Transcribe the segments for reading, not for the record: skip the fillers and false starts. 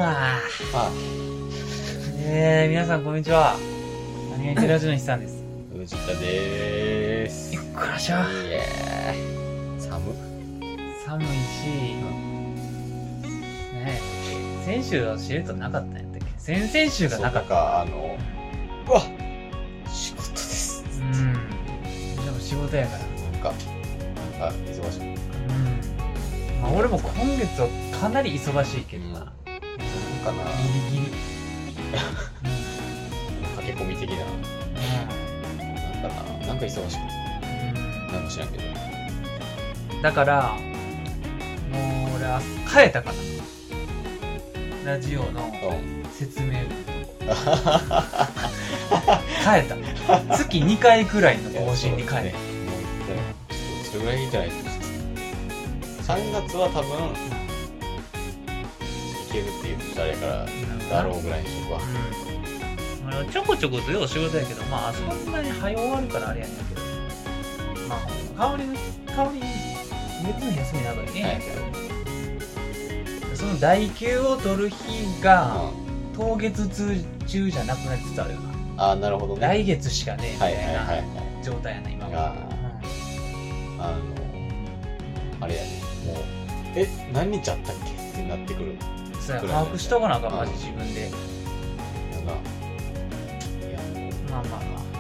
皆さんこんにちは。何が言ってラジオの日さんです。 藤田でーす。 いっくらしゃ。 いやー、 寒いし、ねえ、先週は知るとなかったんやったっけ？先々週がなかった。 うわ、仕事です。 でも仕事やから。 なんか忙しい。 まあ俺も今月はかなり忙しいけどな。 なんかな。 ギリギリ。 駆け込み的な。なんか忙しくて。なんか知らんけど。 だから、もう俺は変えたかな。ラジオの説明文と変えた。月2回くらいの更新に変えた。 それぐらいじゃないと3月は多分いけるって言ったらあれからだろうぐらいにしとくわ。 ちょこちょことよう仕事やけど、まあそんなに早終わるからあれやねんけど、まあ代わりに別の休みなどにね、その代休を取る日が当月中じゃなくなりつつあるよな。 あ、なるほどね。 来月しかねえみたいな状態やね今は。 あれやね、もう何日あったっけってなってくる。 そうや、把握しとかなあかん、マジ自分で。 なんかまあ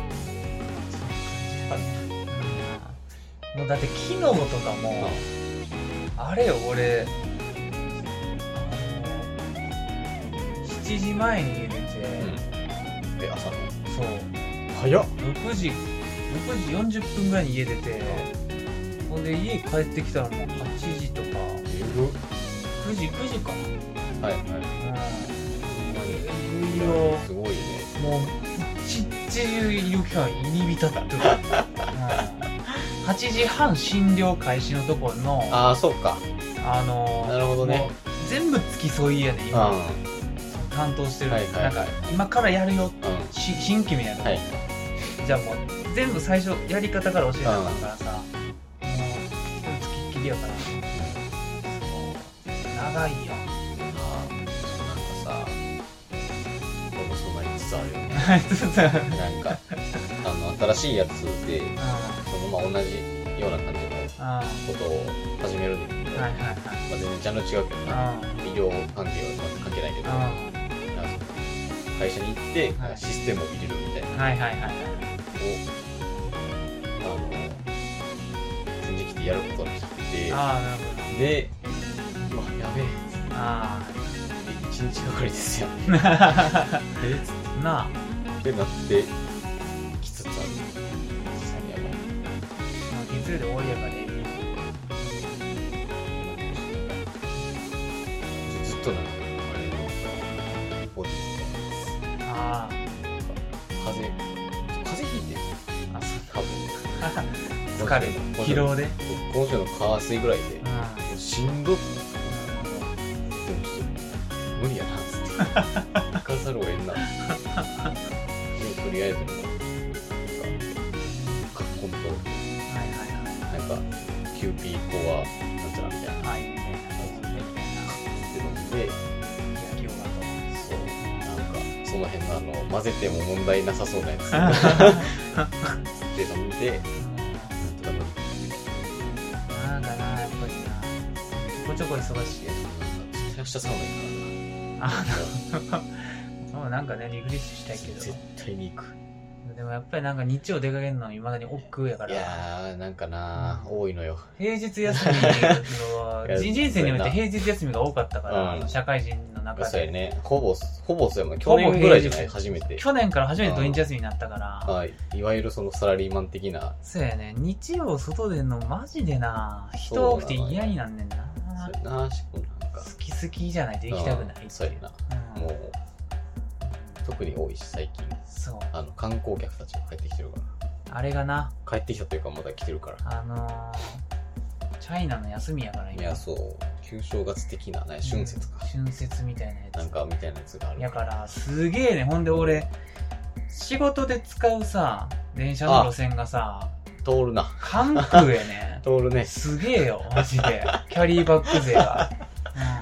もうだって昨日とかも、あれよ俺7時前に家出て、 朝のそう早っ。 6時40分ぐらいに家出て、ほんで家帰ってきたらもう8時とか9時か。はいはい。 すごいね。 もう一日中医療機関入り浸ってる。8時半診療開始のところの、 そうか。なるほどね。 全部付き添いやね今。担当してる。なんか今からやるよ。新規名やる。じゃあもう全部最初やり方から教えなあかんからさ。もう付きっきりやから。長いよ。 なんかさ、僕そんなに実はあるよね。なんか新しいやつで同じような感じのことを始めるんだけど、全然ジャンル違うけどね、医療関係は全く関係ないけど、会社に行ってシステムを入れるみたいなを人事来てやることになって、で、うわやべえ、1日がかりですよなあってなってきつつある。実際にやばい。 月曜で終わりやからね。 ずっとなんかあれのボディ風邪ひいてる。多分疲れる、疲労で。 今週の火水ぐらいでしんどくて、でもちょっと無理やなっつって行かざるを得んな。とりあえずもカッコンとなんかキューピーコアなんちゃらみたいなで飲んで、そうなんかその辺の混ぜても問題なさそうなやつで飲んでなんかな、やっぱりなちょこちょこ忙しい。 明日寒いからもうなんかねリフレッシュしたいけど絶対に行く。 でもやっぱりなんか日曜出かけるのは未だに億劫やから。 いやーなんかな、多いのよ。 平日休みの人生において平日休みが多かったから、社会人の中で。 そうやね。ほぼそうやもん。去年ぐらいじゃない初めて。 去年から初めて土日休みになったから。 いわゆるそのサラリーマン的な。 そうやね。日曜外出んのマジでな。人多くて嫌になんねんな。 そうやな。しかもなんか好きじゃないと行きたくない。 そうやな。もう特に多いし最近。 そう。 観光客たちが帰ってきてるから。 あれがな。 帰ってきたというかまだ来てるから。 チャイナの休みやから今。 いやそう。旧正月的なね、春節か。 春節みたいなやつ。 なんかみたいなやつがある。 やからすげえね。ほんで俺仕事で使うさ電車の路線がさ。 通るな。 関空やね。 通るね。 すげえよマジで。キャリーバッグ勢が。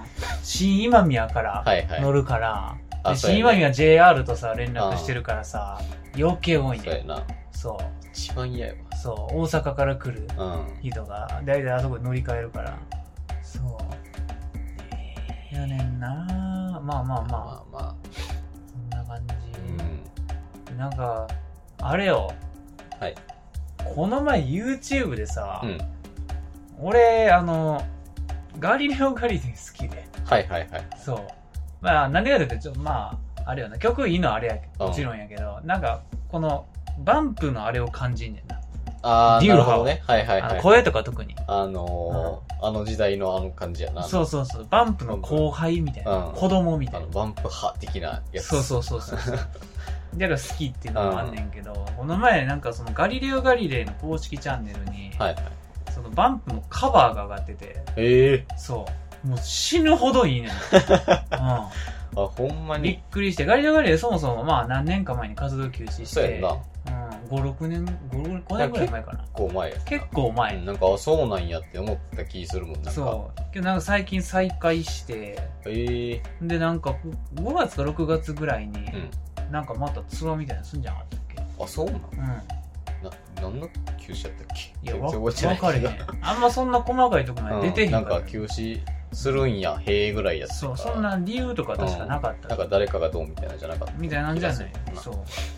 新今宮から乗るから、新今宮 JR とさ、連絡してるからさ、余計多いね。 そうやな。 そう。 一番嫌やわ。 そう、大阪から来る人が、だいたいあそこで乗り換えるから。そう。やねんな。まあ。そんな感じ。なんか、あれよ。 はい。この前 YouTube でさ、俺、ガリレオ・ガリレイ好きで。 はい。 そう。まあ、なんでかって言って、まあ、あれよな、曲いいのはあれやけど、もちろんやけど、なんか、この、バンプのあれを感じんねんな。 あー、なるほどね。はい。 声とか特に。 あの時代のあの感じやな。 そう。バンプの後輩みたいな。子供みたいな。 バンプ派的なやつ。 そう。だから好きっていうのもあんねんけど、この前なんかそのガリレオ・ガリレイの公式チャンネルに、そのバンプのカバーが上がってて、そう。もう死ぬほどいいねん。 あ、ほんまに。 びっくりして、ガリレオ・ガリレイそもそもまあ何年か前に活動休止して、 そうやんな。 5年ぐらい前かな。結構前。 なんか、そうなんやって思った気するもん。 そう。けどなんか最近再開して、でなんか5月か6月ぐらいに、なんかまたツアーみたいなのすんじゃなかったっけ？ あ、そうなの？何の休止やったっけ？ いや、分かれへん。あんまそんな細かいとこまで出てへんから。 なんか休止するんや、へえぐらいやった。 そう、そんな理由とか確かなかった。 なんか誰かがどうみたいなんじゃなかった。 みたいなんじゃない。そう。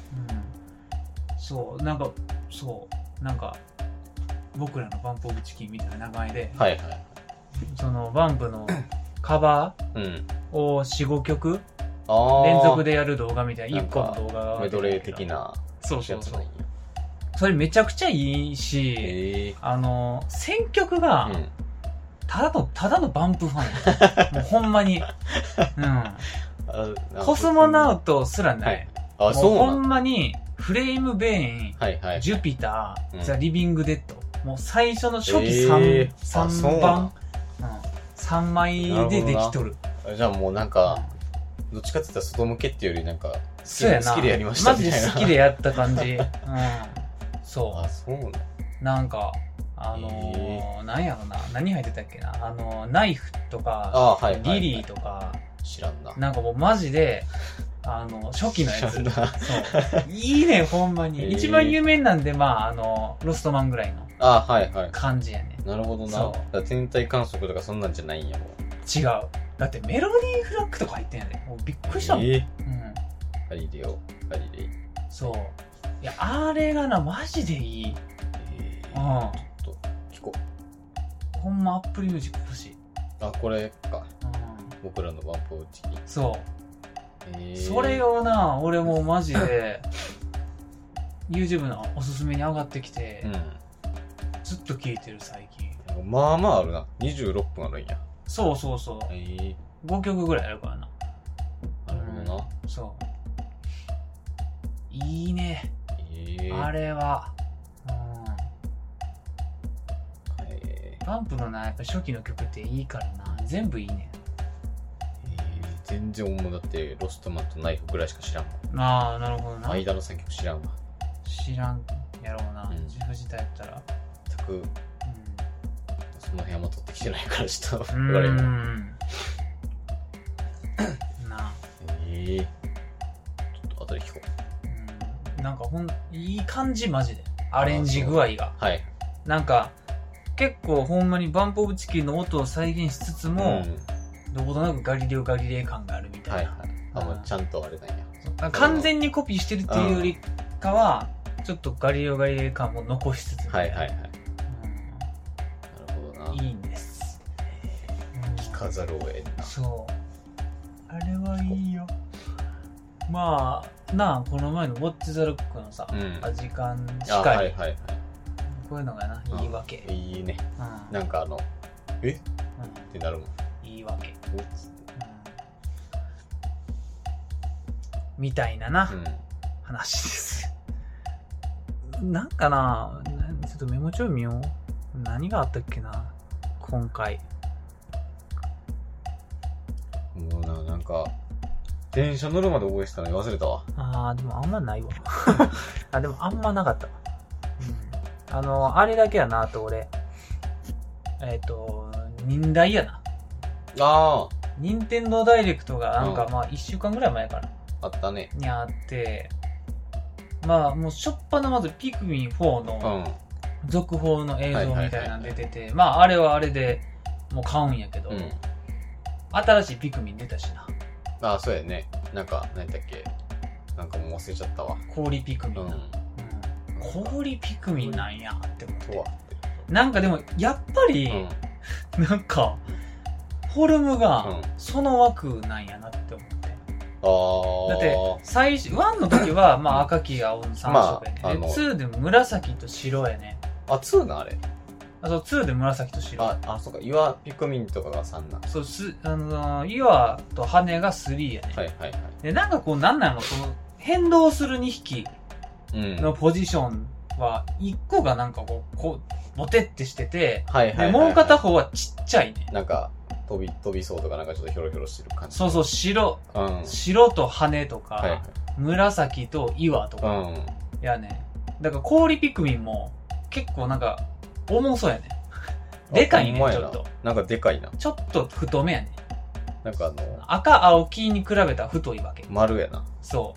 そう、なんか、僕らのバンプオブチキンみたいな名前で、そのバンプのカバーを4、5曲連続でやる動画みたいな、1個の動画が。 メドレー的な。 そう。それめちゃくちゃいいし、選曲が、ただのバンプファンや。もうほんまに。コスモナウトすらない。もうほんまに、フレームベイン、ジュピター、ザ・リビング・デッド。もう最初の初期3番、3枚でできとる。 じゃあもうなんか、どっちかって言ったら外向けっていうよりなんか、好きでやりましたみたいな。 マジで好きでやった感じ。そう。 あ、そうなの？ なんか、なんやろな、何入ってたっけな、ナイフとか、リリーとか、 知らんな。 なんかもうマジで、初期のやつ。そう。いいね、ほんまに。一番有名なんで、まあ、ロストマンぐらいの感じやね。 なるほどな。天体観測とかそんなんじゃないんやもん。 違う。だってメロディーフラッグとか入ってんやで。もうびっくりしたもん。 ガリレオ、ガリレイ。 そう。いや、あれがな、マジでいい。 ちょっと、聞こう。ほんまアップルミュージック欲しい。 あ、これか。僕らのバンプオブチキン。 そう。それをな、俺もマジで、YouTube のおすすめに上がってきて、ずっと聴いてる最近。 まあまああるな。26分あるんや。 そう。5曲ぐらいあるからな。 なるほどな。 そう。いいね。あれは。バンプのな、やっぱ初期の曲っていいからな。全部いいね。 全然だってロストマンとナイフぐらいしか知らんもん。 ああ、なるほどな。 間の3曲知らんわ。 知らんやろうな。藤田やったら。 全く、その辺は取ってきてないからちょっと分かれへんわ。なあ。ちょっと後で聞こう。なんかいい感じマジで。アレンジ具合が。なんか、結構ほんまにバンプオブチキンの音を再現しつつも、どことなくガリレオ・ガリレイ感があるみたいな。 もうちゃんとあれなんや。完全にコピーしてるっていうよりかは、ちょっとガリレオ・ガリレイ感も残しつつ。なるほどな。 いいんです。 聞かざるを得んな。 そう。あれはいいよ。まあ、この前のウォッチ・ザ・ロックのさ、時間しかり。こういうのがな、いいわけ。 いいね。なんかってなるもん。 いいわけ。みたいなな、話です。なんかな、ちょっとメモ帳見よう。何があったっけな、今回。 もうなんか、電車乗るまで覚えてたのに忘れたわ。 でもあんまないわ。でもあんまなかったわ。あれだけやな、あと俺。忍耐やな。 任天堂ダイレクトがなんかまあ1週間ぐらい前かな。 あったね。 にあって、まあもうしょっぱなまずピクミン4の続報の映像みたいなの出てて、まああれはあれでもう買うんやけど、新しいピクミン出たしな。 ああ、そうやね。なんか、何だっけ。なんかもう忘れちゃったわ。 氷ピクミンな。氷ピクミンなんやって思って。なんかでも、やっぱり、なんか、フォルムが、その枠なんやなって思って。だって、1の時は、まあ赤黄青の3色やね。で、2で紫と白やね。 あ、2なあれ。 あ、そう、2で紫と白。 あ、そうか、岩ピクミンとかが3な。 そう、岩と羽が3やね。 はいはいはい。 で、なんかこう、なんなの、その、変動する2匹のポジションは、1個がなんかこう、ボテってしてて、で、もう片方はちっちゃいね。 なんか、飛びそうとかなんかちょっとヒョロヒョロしてる感じ。 そうそう、白と羽とか、紫と岩とか、やね。だから氷ピクミンも、結構なんか、重そうやね。でかいね、ちょっと。 なんかでかいな。 ちょっと太めやね。 なんか赤、青、黄に比べたら太いわけ。 丸やな。 そう。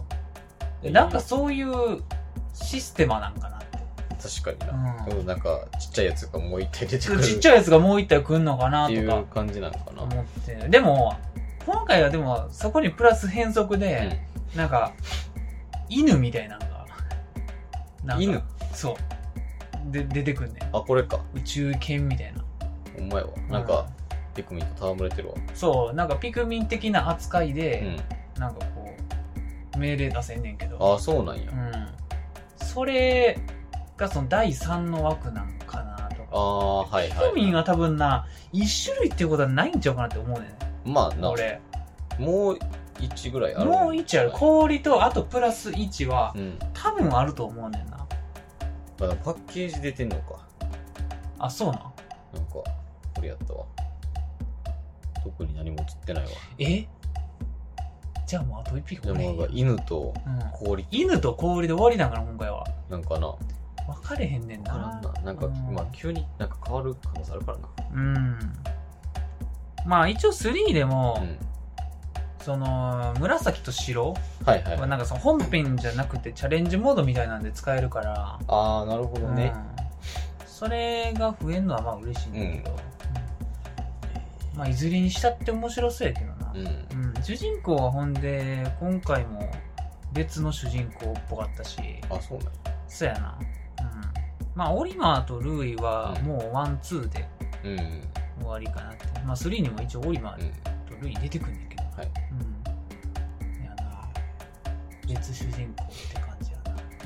なんかそういうシステマなんかなって。 確かにな。なんか、ちっちゃいやつがもう一体出てくる。 ちっちゃいやつがもう一体来んのかなとか。っていう感じなのかな。 思って。でも、今回はでも、そこにプラス変則で、なんか、犬みたいなのが。 犬？ そう。で、出てくんねん。 あ、これか。 宇宙犬みたいな。 お前は。なんか、ピクミンと戯れてるわ。 そう、なんかピクミン的な扱いで、なんかこう、命令出せんねんけど。 あ、そうなんや。 それがその第3の枠なんかなとか。 はいはい。 ピクミンは多分な、1種類っていうことはないんちゃうかなって思うねん。 まあな。 俺。もう 1ぐらいある。 もう1ある。氷と、あとプラス1は、多分あると思うねんな。 まだパッケージ出てんのか。 あ、そうなん？ なんか、これやったわ。特に何も映ってないわ。 じゃあもうあと1匹これ。 でも犬と氷。 犬と氷で終わりなんかな、今回は。 なんかな。 分かれへんねんな。 なんか、まあ急になんか変わる可能性あるからな。 まあ一応3でも、その、紫と白はなんかその本編じゃなくてチャレンジモードみたいなんで使えるから。 ああ、なるほどね。 それが増えるのはまあ嬉しいんだけど。まあいずれにしたって面白そうやけどな。主人公はほんで、今回も別の主人公っぽかったし。 あ、そうなんや。 そうやな。まあオリマーとルーイはもうワン、ツーで終わりかなって。まあ3にも一応オリマーとルーイ出てくんねんけど。やな。別主人公って感じや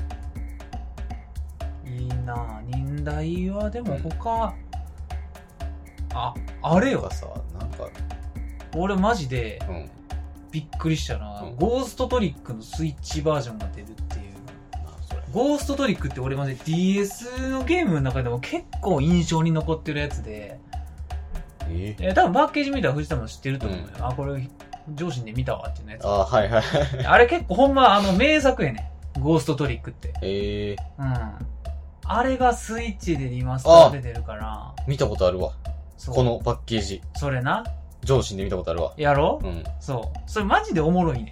な。いいな。忍耐はでも他、あれよ。 なんか俺マジでびっくりしたな。ゴーストトリックのスイッチバージョンが出るっていう。ゴーストトリックって俺マジで DS のゲームの中でも結構印象に残ってるやつで。多分パッケージ見たら藤田も知ってると思うよ。これ上司で見たわっていうやつ。 はいはい。 あれ結構ほんま名作やね。ゴーストトリックって。あれがスイッチでリマスターで出るから。 見たことあるわ。このパッケージ。 それな。 上司で見たことあるわ。 やろ？そう。それマジでおもろいね。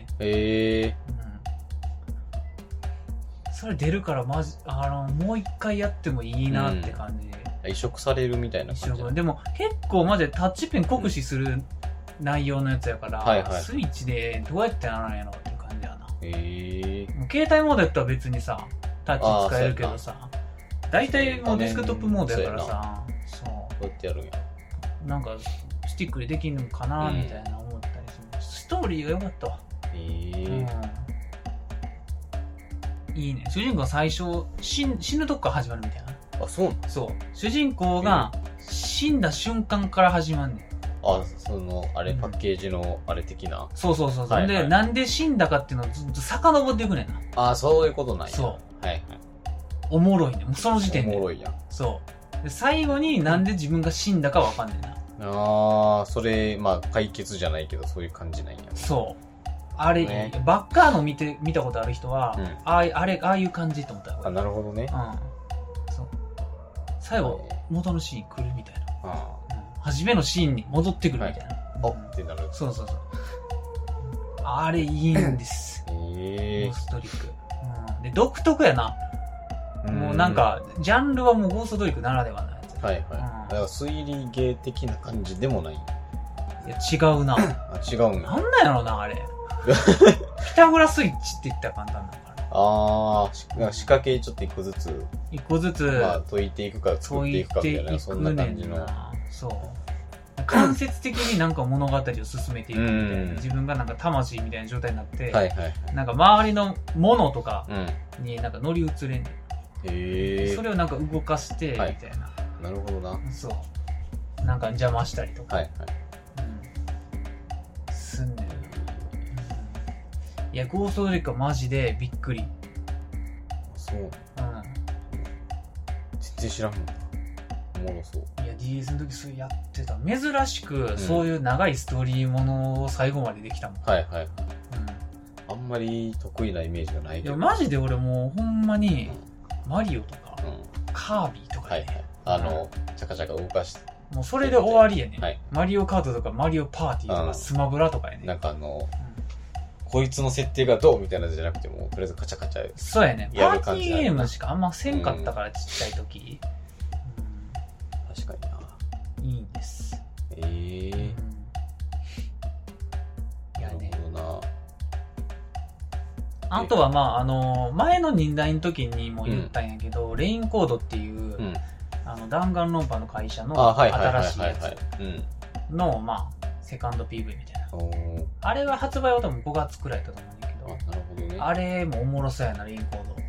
それ出るからマジ、もう一回やってもいいなって感じ。 移植されるみたいな感じ。 でも結構マジでタッチペン酷使する内容のやつやから、スイッチでどうやってならんやろっていう感じやな。もう携帯モードやったら別にさ、タッチ使えるけどさ、大体もうデスクトップモードやからさ、 そう。こうやってやるんや。 なんか、スティックでできんのかなみたいな思ったりする。ストーリーが良かったわ。いいね。主人公が最初、死ぬとこから始まるみたいな。 あ、そうそう。主人公が死んだ瞬間から始まんねん。 あれ、パッケージの、あれ的な。 そう。で、なんで死んだかっていうのをずっと遡っていくねんな。 そういうことなんや。 そう。おもろいね。もうその時点で。 おもろいやん。 そう。で、最後になんで自分が死んだかわかんねんな。 それ、まあ、解決じゃないけど、そういう感じなんや。 そう。あれ、バッカーの見たことある人は、ああいう感じと思ったよ。 なるほどね。 そう。最後、元のシーン来るみたいな。初めのシーンに戻ってくるみたいな。 あってなる。 そう。あれいいんです。ゴーストトリック。で、独特やな。もうなんか、ジャンルはもうゴーストトリックならではのやつ。 はい。だから推理芸的な感じでもない。いや、違うな。 違うんや。 なんなんやろな、あれ。ピタゴラスイッチって言ったら簡単なのかな。仕掛けちょっと一個ずつ。まあ、解いていくか作っていくかみたいな、そんな感じの。 そう。間接的になんか物語を進めていくみたいな。自分がなんか魂みたいな状態になって、なんか周りのものとかになんか乗り移れんねん。それをなんか動かして、みたいな。 なるほどな。 そう。なんか邪魔したりとか。すんねん。いや、ゴーストトリックはマジでびっくり。 そう。全然知らんもん。おもろそう。 いや、DS の時それやってた。珍しく、そういう長いストーリーものを最後までできたもん。あんまり得意なイメージがないけど。いや、マジで俺もうほんまに、マリオとか、カービィとかね。チャカチャカ動かして。もうそれで終わりやね。マリオカートとかマリオパーティーとかスマブラとかやね。 なんかこいつの設定がどうみたいなじゃなくても、とりあえずカチャカチャ。 そうやね。パーティーゲームしかあんませんかったから、ちっちゃい時。 確かにな。 いいんです。いやね。あとはまあ、前の忍耐の時にも言ったんやけど、レインコードっていう、弾丸論破の会社の新しいやつの、まあ、セカンド PV みたいな。あれは発売は多分5月くらいだと思うんだけど、 なるほどね。 あれもおもろそうやな、レインコード。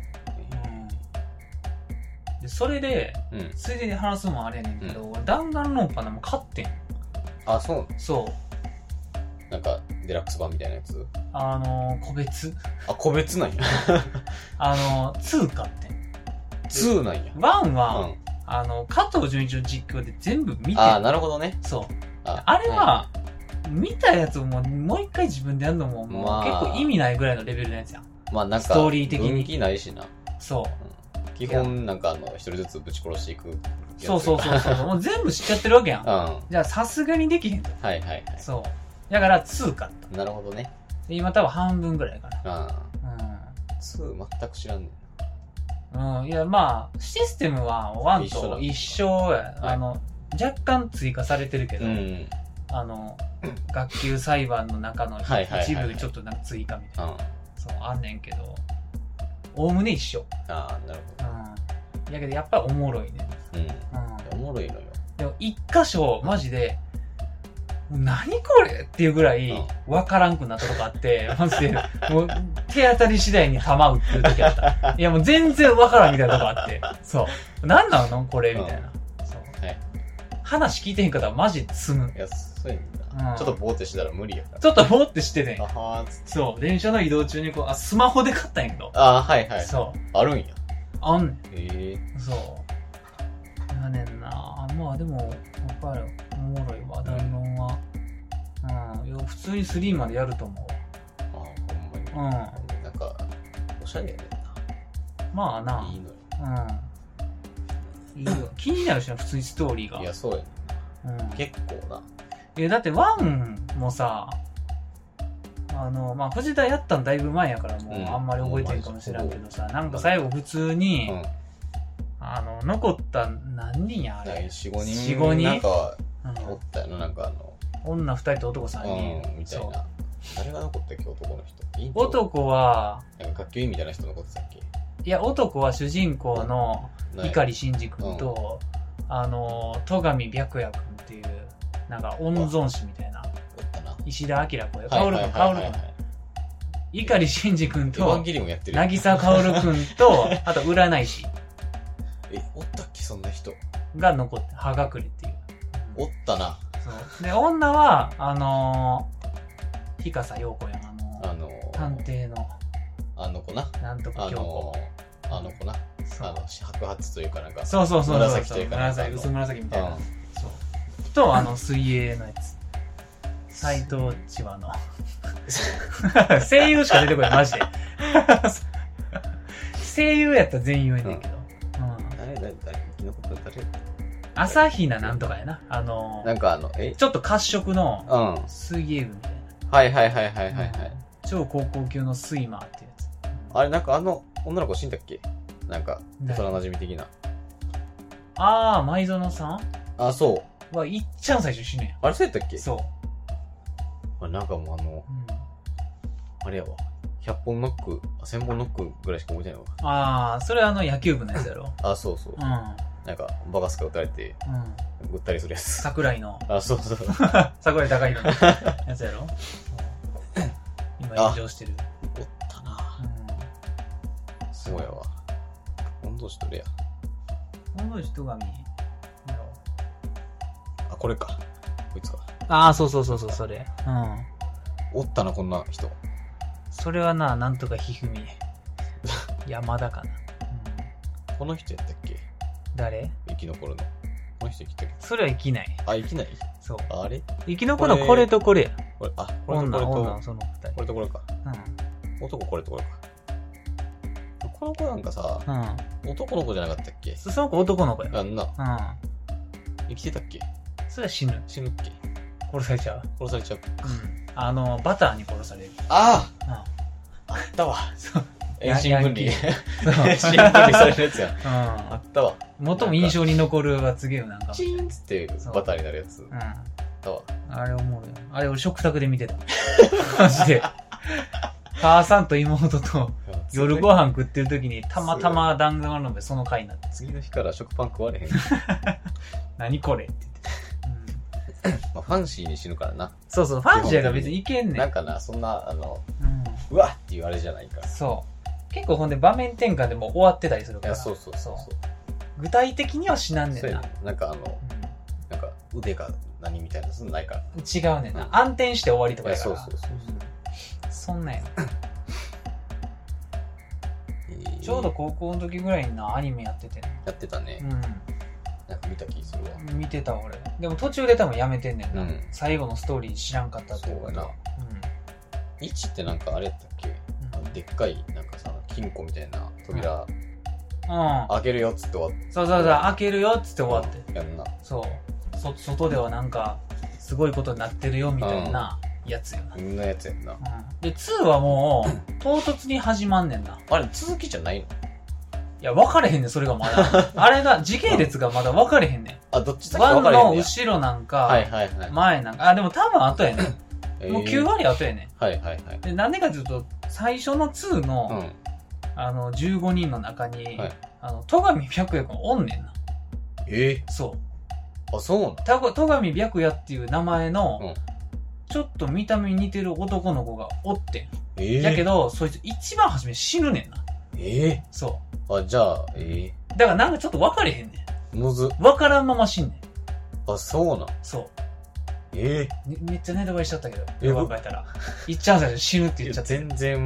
でそれで、ついでに話すのもあれやねんけど、弾丸論破のも買ってん。そう。 なんか、デラックス版みたいなやつ個別。 個別なんや。 2買ってん。 2なんや。 1は、加藤純一の実況で全部見てん。 なるほどね。 そう。あれは、見たやつをもう一回自分でやるのも、結構意味ないぐらいのレベルのやつやん。 まあなんか、 ストーリー的に。 分岐ないしな。 そう。 基本なんか一人ずつぶち殺していく。 そう。もう全部知っちゃってるわけやん。じゃあさすがにできへんと。そう。だから2買った。 なるほどね。 で今多分半分ぐらいかな。 2全く知らんねん。いやまあ、システムは1と一緒や。若干追加されてるけど、学級裁判の中の一部ちょっとなんか追加みたいな。そう、あんねんけど、おおむね一緒。 なるほど。 だけどやっぱりおもろいね。 おもろいのよ。 でも一箇所、マジで、何これっていうぐらい、わからんくなったとこあって、マジで、もう、手当たり次第に弾撃ってる時あった。いやもう全然わからんみたいなとこあって、そう。なんなのこれみたいな。そう。話聞いてへんかったらマジ積む。 いや、そうやんな。ちょっとボーってしてたら無理やから。 ちょっとボーってしててん。 そう。電車の移動中にスマホで買ったんやけど。そう。 あるんや。 あんねん。そう。やねんな。まあでも、やっぱりおもろいわ、弾論は。いや、普通に3までやると思う。 ほんまに。なんか、おしゃれやねんな。 まあな。 いいのよ。 いいよ。気になるしな、普通にストーリーが。 いや、そうやねん。結構な。 いや、だって1もさ、まあ、藤田やったんだいぶ前やからもうあんまり覚えてんかもしれんけどさ、なんか最後普通に、残った何人やあれ 4,5 人なんかおったよな、なんか女2人と男3人みたいな。誰が残ったっけ、男の人。 男はなんか学級委員みたいな人残ってたっけ。 いや、男は主人公の碇シンジ君と戸上白夜君っていうなんか温存師みたいな石田明子よ。薫君碇シンジ君と渚薫君とあと占い師おったっけ、そんな人が残って、葉隠れっていう。 おったな。 そうで、女は日笠陽子やん、探偵の子な、 なんとか京子、 子な、白髪というかなんか、 そう紫というか薄紫みたいな、そうと水泳のやつ、斎藤千葉の声優しか出てこないマジで声優やったら全員言えねんけど、 誰生き残った誰？ 朝比奈なんとかやな。 なんかちょっと褐色の、水泳部みたいな。 はいはいはいはいはいはい。 超高校級のスイマーってやつ。 あれ、なんか女の子死んだっけ？なんか、幼馴染的な。 舞園さん？ あ、そう。 いっちゃん最初死ぬやん。 あれ、そうやったっけ？ そう。 なんかもうあれやわ。100本ノック、1000本ノックぐらいしか覚えてないわ。 それ野球部のやつやろ？ そうそう。なんか、バカスカ打たれて、ぐったりするやつ。 桜井の。 そうそう。 桜井高弘のやつやろ？今炎上してる。 おったなそうやわ。御曹司どれや？ 御曹司戸上。 これか。こいつか。 そう、それ。 おったな、こんな人。 それはなんとかひふみ。山田かな。 この人やったっけ？ 誰？ 生き残るの。この人生きてる。 それは生きない。 生きない？ そう。 あれ？ 生き残るのこれとこれや。 これとこれと。 女、その二人。 これとこれか。男これとこれか。この子なんかさ、男の子じゃなかったっけ？ その子男の子や。 生きてたっけ？ それは死ぬ。 死ぬっけ？ 殺されちゃう。 殺されちゃう。 バターに殺される。 あったわ。 そう。 遠心分離。遠心分離されるやつや。あったわ。 最も印象に残る罰ゲームなんか。 チーンっつってバターになるやつ。あったわ。 あれ思うよ。あれ俺食卓で見てた。マジで。母さんと妹と夜ご飯食ってる時にたまたま弾丸飲んでその回になって。 次の日から食パン食われへん。 何これって言ってた。ファンシーに死ぬからな。 そう、ファンシーが別にいけんねん。 なんかな、そんな、うわっっていうあれじゃないから。 そう。結構ほんで場面転換でも終わってたりするから。 そう。 具体的には死なんねんな。 なんかなんか腕が何みたいな、そんなないから。 違うねんな。暗転して終わりとかやから。 そう。 そんなんや。ちょうど高校の時ぐらいにアニメやっててね。 やってたね。なんか見た気するわ。 見てた俺。でも途中で多分やめてんねんな。最後のストーリー知らんかったっていうことは。 1ってなんかあれやったっけ？でっかいなんかさ、金庫みたいな扉開けるよっつって終わって。 そう、開けるよっつって終わって。 やんな。 そう。外ではなんかすごいことになってるよみたいなやつよな。 そんなやつやんな。 で、2はもう唐突に始まんねんな。 あれ続きじゃないの？ いや、分かれへんねん、それがまだ。あれが、時系列がまだ分かれへんねん。 どっち先か分かれへんねん。 1の後ろなんか、前なんか、でも多分後やねん。もう9割後やねん。で、なんでかというと、最初の2の、15人の中に、戸上白夜くんおんねんな。そう。 そうなの？ 戸上白夜っていう名前の、ちょっと見た目に似てる男の子がおってん。だけど、そいつ一番初め死ぬねんな。そう。 じゃあ、 だからなんかちょっと分かれへんねん。 むず。 分からんまま死んねん。 そうなん？ そう。めっちゃネタバレしちゃったけど、よく考えたら。いっちゃん最初死ぬって言っちゃった。 全然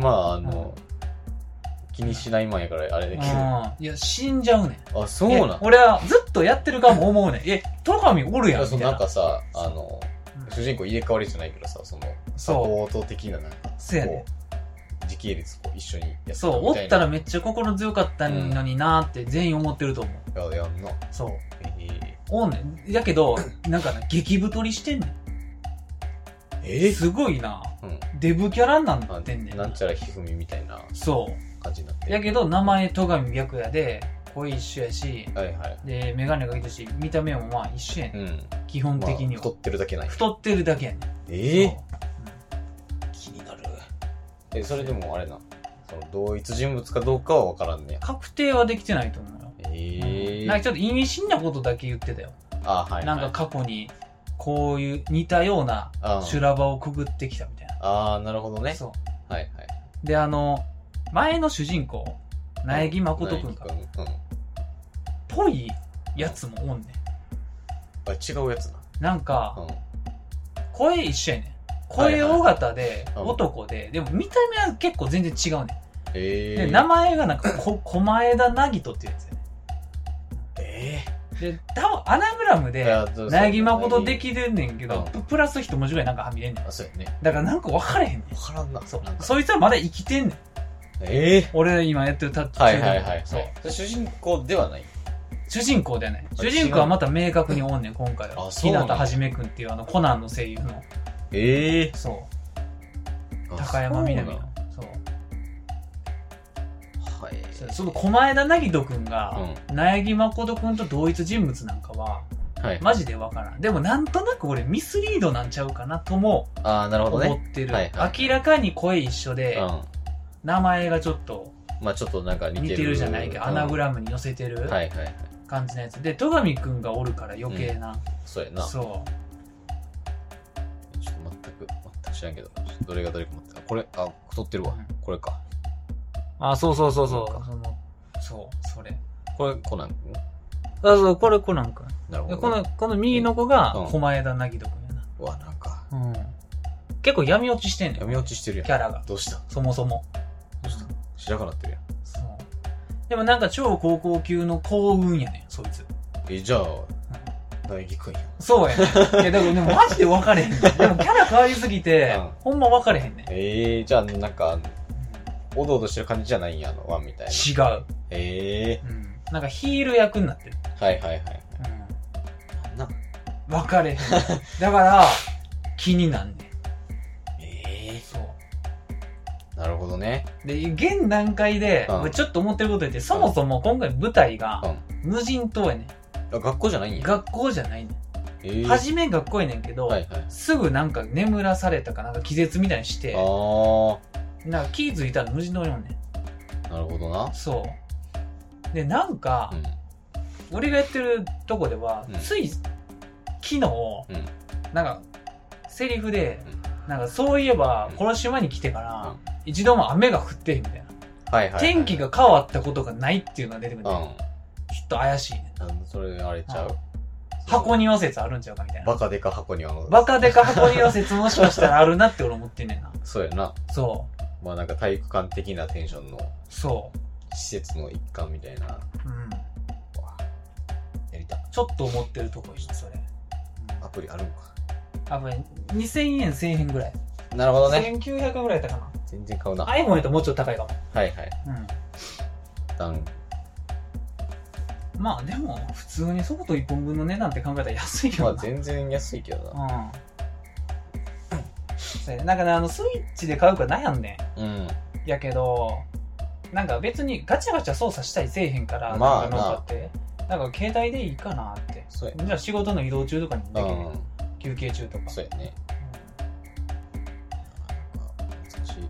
気にしないもんやからあれだけど。 いや、死んじゃうねん。 そうなん？ 俺はずっとやってるかも思うねん。戸上おるやんみたいな。 なんかさ、主人公入れ替わりじゃないけどさ、サポート的ななんか。 そうやね。 時系列一緒にやってた。 そう、おったらめっちゃ心強かったのになーって全員思ってると思う。やんな。 そう。おんねん。だけど、なんか激太りしてんねん。すごいな。デブキャラになってんねん。 なんちゃらひふみみたいな感じになって。 やけど、名前戸上白夜で、声一緒やし、で、メガネかけてるし、見た目もまあ一緒やねん。基本的には。 太ってるだけない。 太ってるだけやねん。 気になる。それでもあれな、同一人物かどうかは分からんねや。 確定はできてないと思うよ。なんかちょっと意味深なことだけ言ってたよ。なんか過去に、こういう似たような修羅場をくぐってきたみたいな。 なるほどね。 そう。で、前の主人公、苗木誠くんか。ぽいやつもおんねん。 違うやつな。 なんか、声一緒やねん。声大型で、男で、でも見た目は結構全然違うねん。で、名前がなんか、狛枝凪人っていうやつやねん。で、多分アナグラムで、苗木誠できてんねんけど、プラス一文字ぐらいなんかはみれんねん。 そうやね。 だからなんか分かれへんねん。 分からんな。 そいつはまだ生きてんねん。俺今やってるタッチ中で。 主人公ではない。 主人公だよね。主人公はまた明確におんねん、今回は。日向はじめくんっていうコナンの声優の。そう。高山みなみの。そう。はい。その駒枝凪人くんが、苗木誠くんと同一人物なんかは、マジでわからん。でもなんとなく俺ミスリードなんちゃうかなとも思ってる。明らかに声一緒で、名前がちょっと、 まあちょっとなんか似てるじゃないけど、アナグラムに寄せてる感じのやつで、戸上くんがおるから余計な。 そうやな。そう。ちょっと全く知らんけど、どれがどれか待って。これ、太ってるわ。これか。 そう。そう、それ。 これコナンくん？ そう、これコナンくん。 なるほど。 この右の子が駒枝凪人くんやな。 うわ、なんか。 結構闇落ちしてんねん。 闇落ちしてるやん。 キャラが。 どうした？ そもそも。 どうした？白くなってるやん。 そう。でもなんか超高校級の幸運やねん、そいつ。 じゃあ、苗木くんや。 そうやねん。いや、だからでもマジで分かれへんねん。でもキャラ変わりすぎて、ほんま分かれへんねん。じゃあなんか、おどおどしてる感じじゃないんや、ワンみたいな。違う。なんかヒール役になってる。 はい。 分かれへん。だから、気になんねん。そう。 なるほどね。で、 現段階で、ちょっと思ってること言って、そもそも今回舞台が、無人島やねん。 学校じゃないんや。 学校じゃないねん。初め学校やねんけど、すぐなんか眠らされたかなんか気絶みたいにして、なんか気づいたら無人島におんねん。なるほどな。 そう。で、なんか、俺がやってるとこでは、つい、昨日、なんか、セリフで、なんかそういえば、この島に来てから、一度も雨が降ってへんみたいな。天気が変わったことがないっていうのが出てくる。ちょっと怪しいね。 それあれちゃう？ 箱庭説あるんちゃうかみたいな。 バカデカ箱庭の。 バカデカ箱庭説もしかしたらあるなって俺思ってんねんな。 そうやな。 そう。 まあなんか体育館的なテンションの。 そう。 施設の一環みたいな。やりた。 ちょっと思ってるとこ一緒、それ。 アプリあるんか。 アプリ、2000円1000円ぐらい。 なるほどね。 1900円ぐらいやったかな。 全然買うな。 iPhone やともうちょっと高いかも。 はい。 まあでも、普通にソフト1本分の値段って考えたら安いけどな。 まあ全然安いけどな。 なんかね、スイッチで買うか悩んねん。やけど、なんか別にガチャガチャ操作したりせえへんから、 まあなんか携帯でいいかなって。じゃあ仕事の移動中とかにできる。休憩中とか。 そうやね。難しい。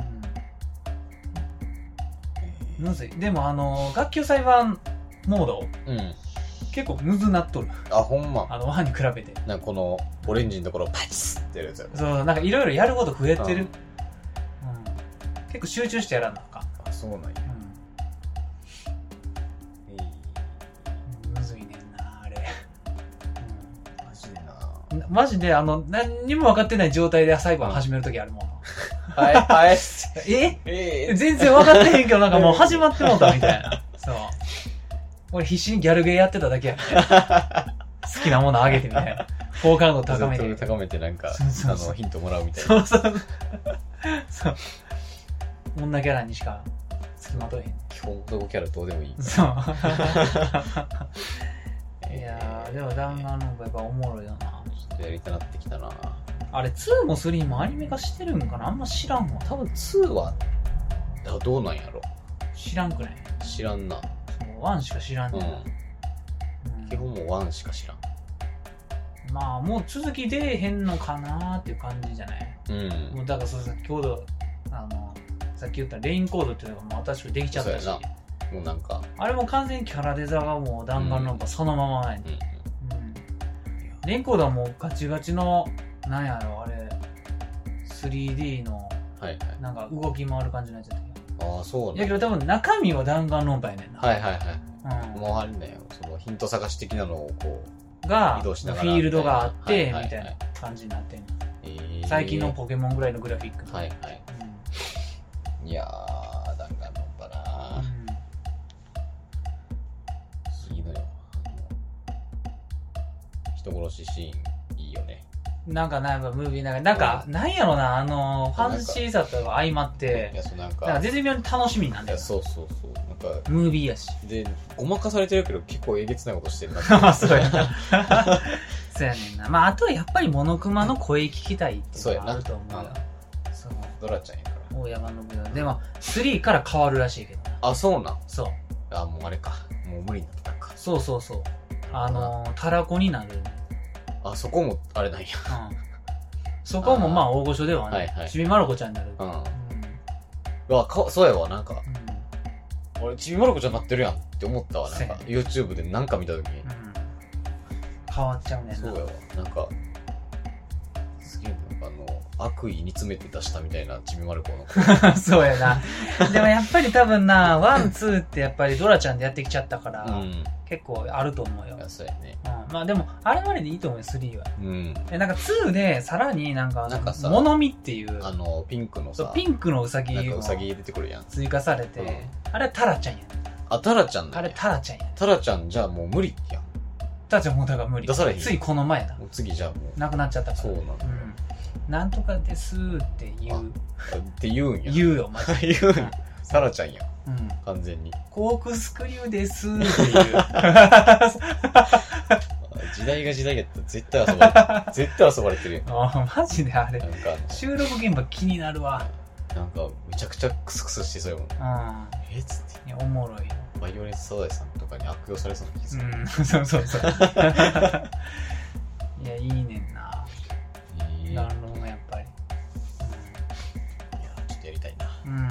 むずい。でも学級裁判モード、結構むずなっとる。 ほんま。 ワンに比べて。 なんかこのオレンジのところパチッってやるやつやろ。 そう、なんかいろいろやること増えてる。結構集中してやらんのか。 そうなんや。 むずいねんな、あれ。 マジでな。 マジで何にも分かってない状態で裁判始めるときあるもん。 はい。 全然分かってへんけど、なんかもう始まってもうたみたいな。そう。俺必死にギャルゲーやってただけやね。好きなものあげてみたいな。好感度高めて。 高めてなんか、ヒントもらうみたいな。 そう。女キャラにしか付きまとえへん。 基本男キャラどうでもいい。 そう。いやー、でも弾丸の方がやっぱおもろいよな。ちょっとやりたなってきたな。 あれ、2も3もアニメ化してるんかな？あんま知らんわ。 多分2は、どうなんやろ？ 知らんくない？ 知らんな。 1しか知らんねん。基本もう1しか知らん。 まあ、もう続き出えへんのかなーっていう感じじゃない？もうだから先ほど、さっき言ったレインコードっていうのがもう新しくできちゃったし。 もうなんか。 あれも完全にキャラデザがもう弾丸論破そのままやね。レインコードはもうガチガチの、なんやろ、あれ、3D の、なんか動き回る感じのやつやったけど。 そうなんだけど多分中身は弾丸論破やねんな。 もうあれだよ、そのヒント探し的なのをこう、移動しながら。 フィールドがあって、みたいな感じになってんの。最近のポケモンぐらいのグラフィック。 いやー、弾丸論破なー。いいのよ。人殺しシーン、いいよね。 なんかムービーなんか、なんやろな、ファンシーさとか相まって、なんか絶妙に楽しみなんだよ。 そう。 ムービーやし。 で、ごまかされてるけど結構えげつないことしてるなって。 まあ、そうやな。そうやねんな。まあ、あとはやっぱりモノクマの声聞きたいっていうのがあると思うよ。 そう。ドラちゃんやから。 大山信代。でも、3から変わるらしいけどな。 あ、そうなん。 そう。 あ、もうあれか。もう無理になったか。 そうそうそう。たらこになる。 あ、そこもあれなんや。 うん。そこもまあ大御所ではない。はいはい。ちびまる子ちゃんになる。うん。 うわ、そうやわ、なんか。俺、ちびまる子ちゃんなってるやんって思ったわ。なんか、YouTube でなんか見たときに。 変わっちゃうねんな。 そうやわ。なんか、すげえなんか悪意煮詰めて出したみたいなちびまる子の子。 そうやな。でもやっぱり多分な、ワン、ツーってやっぱりドラちゃんでやってきちゃったから、結構あると思うよ。 そうやね。 まあでも、あれまででいいと思うよ、3は。なんか2で、さらになんかさ、 モノミっていう。 ピンクのさ、 ピンクのウサギがウサギ出てくるやん。 追加されて、あれはタラちゃんやん。 あ、タラちゃんだ。 あれタラちゃんやん。 タラちゃんじゃあもう無理やん。 タラちゃんもうだから無理。 出されへん。 ついこの前だ。 次じゃあもう。 なくなっちゃったから。 そうなの。 なんとかですって言う。 って言うんや。 言うよ、マジで。 言うんや。タラちゃんや。完全に。 コークスクリューですって言う。 時代が時代やったら絶対遊ばれてる。絶対遊ばれてるやん。 マジであれ。なんか収録現場気になるわ。 なんかめちゃくちゃクスクスしてそうやもん。つって。 いや、おもろいよ。 バイオレンスサザエさんとかに悪用されそうな気する。そうそうそう。いや、いいねんな。ランロンがやっぱり。いや、 ちょっとやりたいな。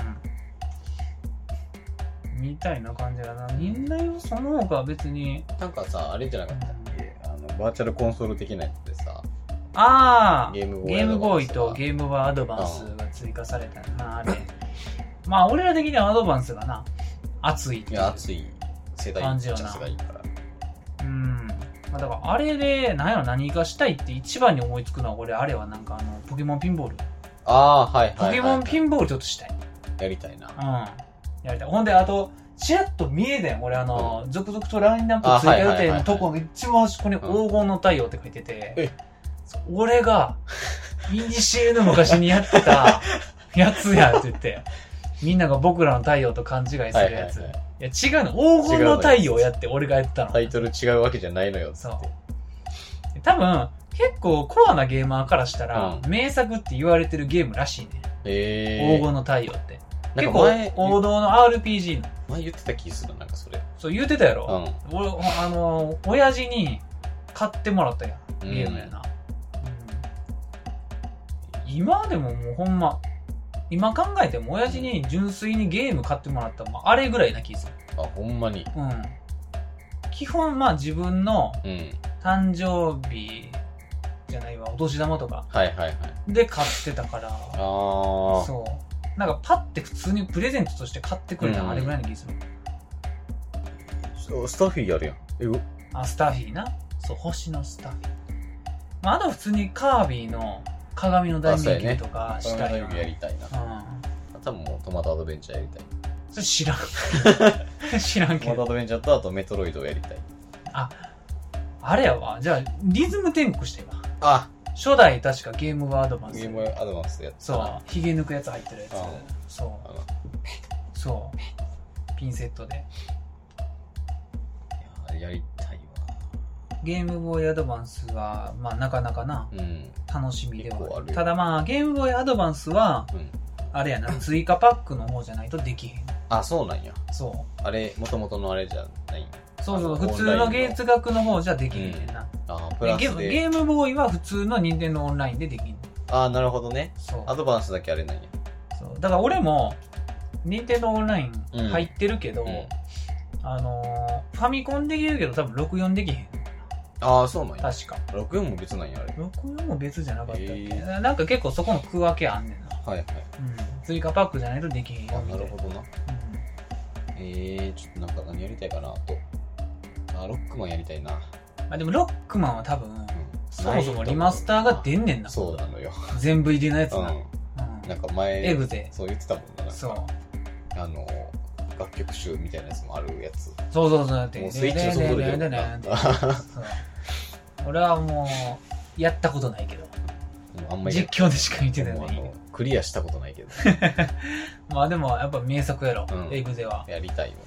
みたいな感じだな。みんなよ、その他は別に。 なんかさ、あれじゃなかったっけ、バーチャルコンソール的なやつでさ。 ゲームボーイとゲームボーイアドバンスが追加されたな、あれ。まあ、俺ら的にはアドバンスがな、熱いっていう。 いや、熱い世代のチャンスがいいから。 まあ、だから、あれで、何かしたいって一番に思いつくのは、俺、あれはなんかポケモンピンボール。ポケモンピンボールちょっとしたい。 やりたいな。 やりたい。ほんで、あと、チラッと見えたよ。俺、続々とラインナップ追加予定のとこの一番端っこに黄金の太陽って書いてて、俺が、インディシエの昔にやってたやつやって言って、みんなが僕らの太陽と勘違いするやつ。いや、違うの。黄金の太陽やって俺がやってたの。 タイトル違うわけじゃないのよ。 そう。多分、結構コアなゲーマーからしたら、名作って言われてるゲームらしいね。黄金の太陽って。結構王道の RPG の。 前言ってた気するなんかそれ。 そう言ってたやろ。俺、親父に買ってもらったやん。ゲームやな。今でももうほんま、今考えても親父に純粋にゲーム買ってもらったら、あれぐらいな気する。 あ、ほんまに。 基本まあ自分の誕生日じゃないわ、お年玉とかで買ってたから、そう。なんかパッて普通にプレゼントとして買ってくれたのあれぐらいの気する。 スタッフィーやるやん。スタッフィーな。そう、星のスタッフィー。まあ、あと普通にカービィの鏡の大迷宮とかしたいな。 やりたいな。多分もうトマトアドベンチャーやりたい。 それ知らん。知らんけど。 トマトアドベンチャーとあとメトロイドをやりたい。 あれやわ。じゃあ、リズム天国してわ。初代確かゲームボーイアドバンス。 ゲームボーイアドバンスやつ。 そう。ヒゲ抜くやつ入ってるやつ。そう。そう。ピンセットで。 やりたいわ。 ゲームボーイアドバンスは、まあなかなかな、楽しみではある。ただまあ、ゲームボーイアドバンスは、あれやな、追加パックの方じゃないとできへん。 そうなんや。 そう。 あれ、元々のあれじゃないん。 そうそう、普通の月額の方じゃできへんねんな。 プラスで。 ゲームボーイは普通の任天堂オンラインでできんの。なるほどね。そう。アドバンスだけあれなんや。 そう。だから俺も、任天堂オンライン入ってるけど、ファミコンできるけど多分64できへん。 そうなんや。 確か。 64も別なんや、あれ。 64も別じゃなかったっけ、なんか結構そこの区分けあんねんな。 はいはい。 追加パックじゃないとできへんよ。 なるほどな。ちょっとなんか何やりたいかなと。ロックマンやりたいな。 でもロックマンは多分、そもそもリマスターが出んねんな。 そうなのよ。 全部入りのやつな。 なんか前、 エグゼ。 そう言ってたもんな。 そう。 楽曲集みたいなやつもあるやつ。 そう。もうスイッチの外でやる俺はもう、やったことないけど。実況でしか見てないのに。 クリアしたことないけどまあでもやっぱ名作やろ、エグゼはやりたいよ、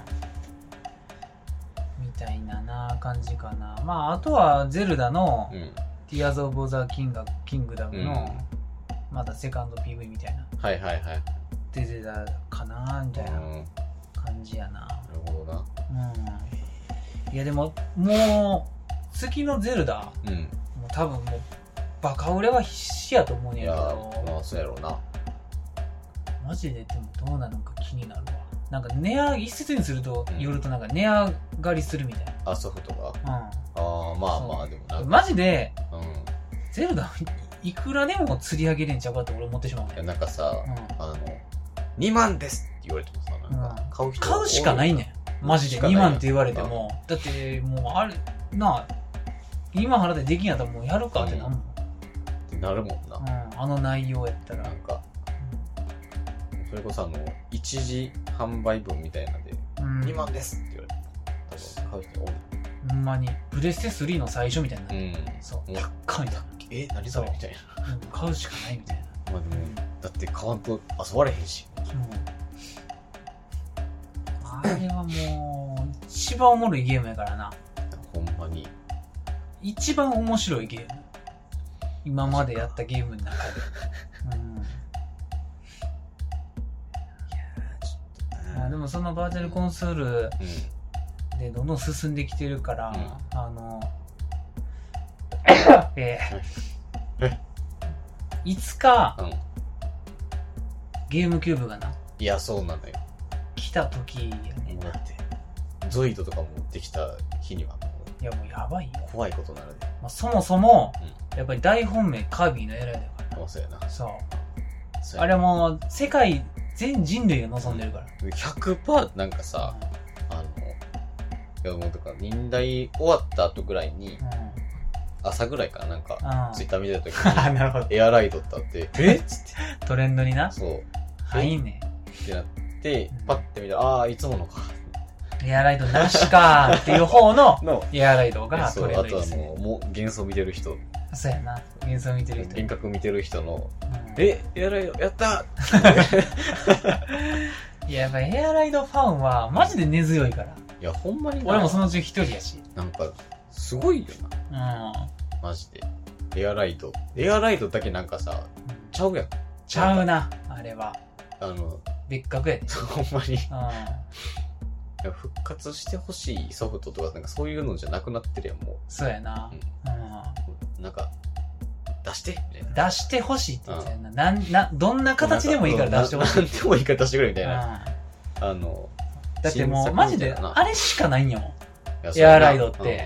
みたいな感じかな。まああとはゼルダのティアーズ・オブ・ザ・キングダムのまたセカンド PV みたいな出てたかなみたいな感じやな。 なるほどな。 いやでももう次のゼルダ、もう多分もうバカ売れは必死やと思うんやけど。 まあそうやろうな。 マジででもどうなのか気になるわ。なんか一説にすると、よるとなんか値上がりするみたいな。 ソフトが。まあでもなんかマジで、ゼルダいくらでも釣り上げれんちゃうかって俺思ってしまうね。 なんかさ、2万ですって言われてもさ、なんか買うしかないねん。マジで2万って言われても、だってもうあれな、2万払ってできんやったらもうやるかってなんもん。 ってなるもんな。 あの内容やったら。 なんか、それこそ一時販売分みたいなんで、2万ですって言われて、多分買う人多い。 ほんまにプレステ3の最初みたいな。そう。高いな。 何それみたいな。 買うしかないみたいな。 まあでも、だって買わんと遊ばれへんし。 あれはもう、一番おもろいゲームやからな。 ほんまに。 一番面白いゲーム。今までやったゲームの中で。でもそのバーチャルコンソールでどんどん進んできてるから、いつか、ゲームキューブがな。 いや、そうなのよ。 来た時やね。 だって、ゾイドとか持ってきた日には。 いや、もうやばいよ。 怖いことになるで。 そもそも、やっぱり大本命カービィのエライだから。 そうやな。 そう。あれも、世界全人類が望んでるから。 100% なんかさ、いやもうとか、忍耐終わった後ぐらいに、朝ぐらいかなんか、ツイッター見てた時に、 なるほど。 エアライドってあって、っつって。 トレンドにな。 そう。 はいね。 ってなって、パッて見たら、いつものか。 エアライドなしかーっていう方のエアライドがトレンドですね。 あとはもう幻想見てる人。 そうやな。幻想見てる人。 幻覚見てる人の、エアライドやったいや、やっぱエアライドファンはマジで根強いから。 いや、ほんまに俺もそのうち一人やし。 なんか、すごいよな。マジで。エアライドだけなんかさ、ちゃうやん。 ちゃうな、あれは。別格やで。 ほんまに。復活してほしいソフトとか、なんかそういうのじゃなくなってるやん、もう。 そうやな。 なんか、出してみたいな。出してほしいって言ってんな。どんな形でもいいから出してほしい。 なんでもいいから出してくれみたいな。 だってもう、マジで、あれしかないんやもん。エアライドって。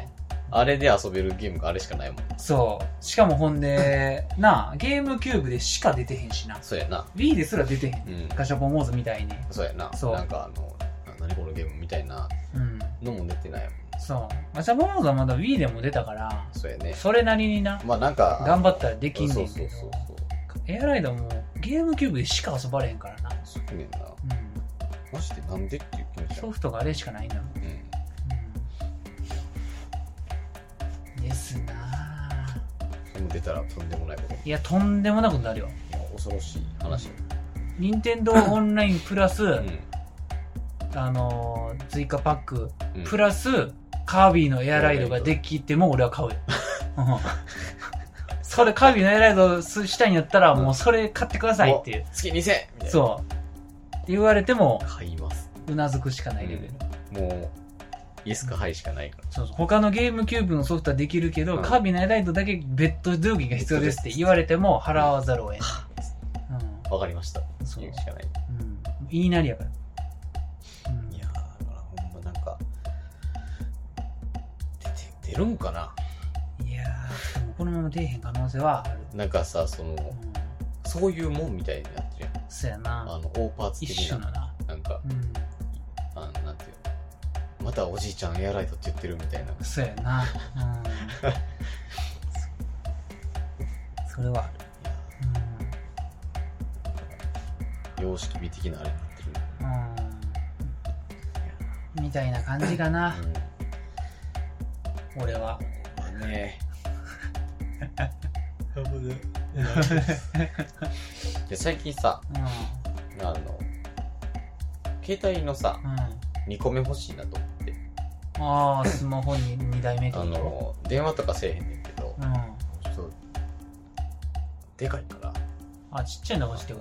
あれで遊べるゲームがあれしかないもん。 そう。しかもほんで、ゲームキューブでしか出てへんしな。 そうやな。 Wii ですら出てへん。ガシャポンウォーズみたいに。 そうやな。そう。なんか何このゲームみたいなのも出てないもん。 そう。ガシャポンウォーズはまだ Wii でも出たから、 そうやね。 それなりにな。 まあなんか、 頑張ったらできんねんけど。エアライドもゲームキューブでしか遊ばれへんからな。 そうやねんな。マジでなんでっていう気持ち。 ソフトがあれしかないんだもん。ですなぁ。 でも出たらとんでもないこと。 いや、とんでもなくなるよ。 恐ろしい話。 任天堂オンラインプラス、追加パック、プラス、カービィのエアライドができても俺は買うよ。それカービィのエアライドしたいんやったら、もうそれ買ってくださいっていう。 月2000みたいな。 そう。って言われても、 買います。 うなずくしかないレベル。もう、イエスかハイしかないから。 そうそう。他のゲームキューブのソフトはできるけど、カービィのエアライドだけ別途料金が必要ですって言われても、払わざるを得ない。 わかりました。言うしかない。 言いなりやから。 いやー、だからほんまなんか、出るんかな。 いやー、でもこのまま出えへん可能性はある。 なんかさ、そういうもんみたいになってるやん。 そうやな。 大パーツ的な。 一種のな。 なんか、なんていうの。またおじいちゃんエアライドって言ってるみたいな。 そうやな。それはある。 様式美的なあれになってる。みたいな感じかな。俺は。 ねで最近さ、携帯のさ、2個目欲しいなと思って。 ああ、スマホに2台目とか。 電話とかせえへんねんけど、ちょっとでかいから。 あ、ちっちゃいの欲しいってこと？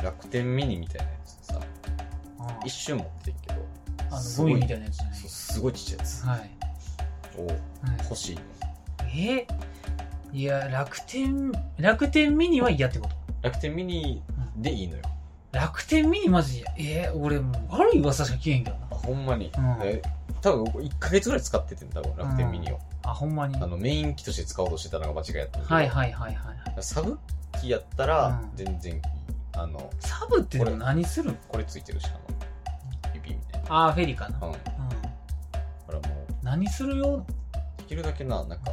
楽天ミニみたいなやつでさ、一瞬持ってんけど、 ゴミみたいなやつじゃない？ すごいちっちゃいやつ。 はい。 欲しいの。 いや、楽天ミニは嫌ってこと？ 楽天ミニでいいのよ。 楽天ミニマジ俺もう悪い噂しか聞けへんけどな。 ほんまに。多分1ヶ月ぐらい使っててんだ、多分楽天ミニを。 ほんまに。 メイン機として使おうとしてたのが間違いやったんだけど。 はいはいはいはい。 サブ機やったら全然いい。 サブって何するの？ これついてるし、指みたいな。 フェリカな。 だからもう何するよ？ できるだけな、何も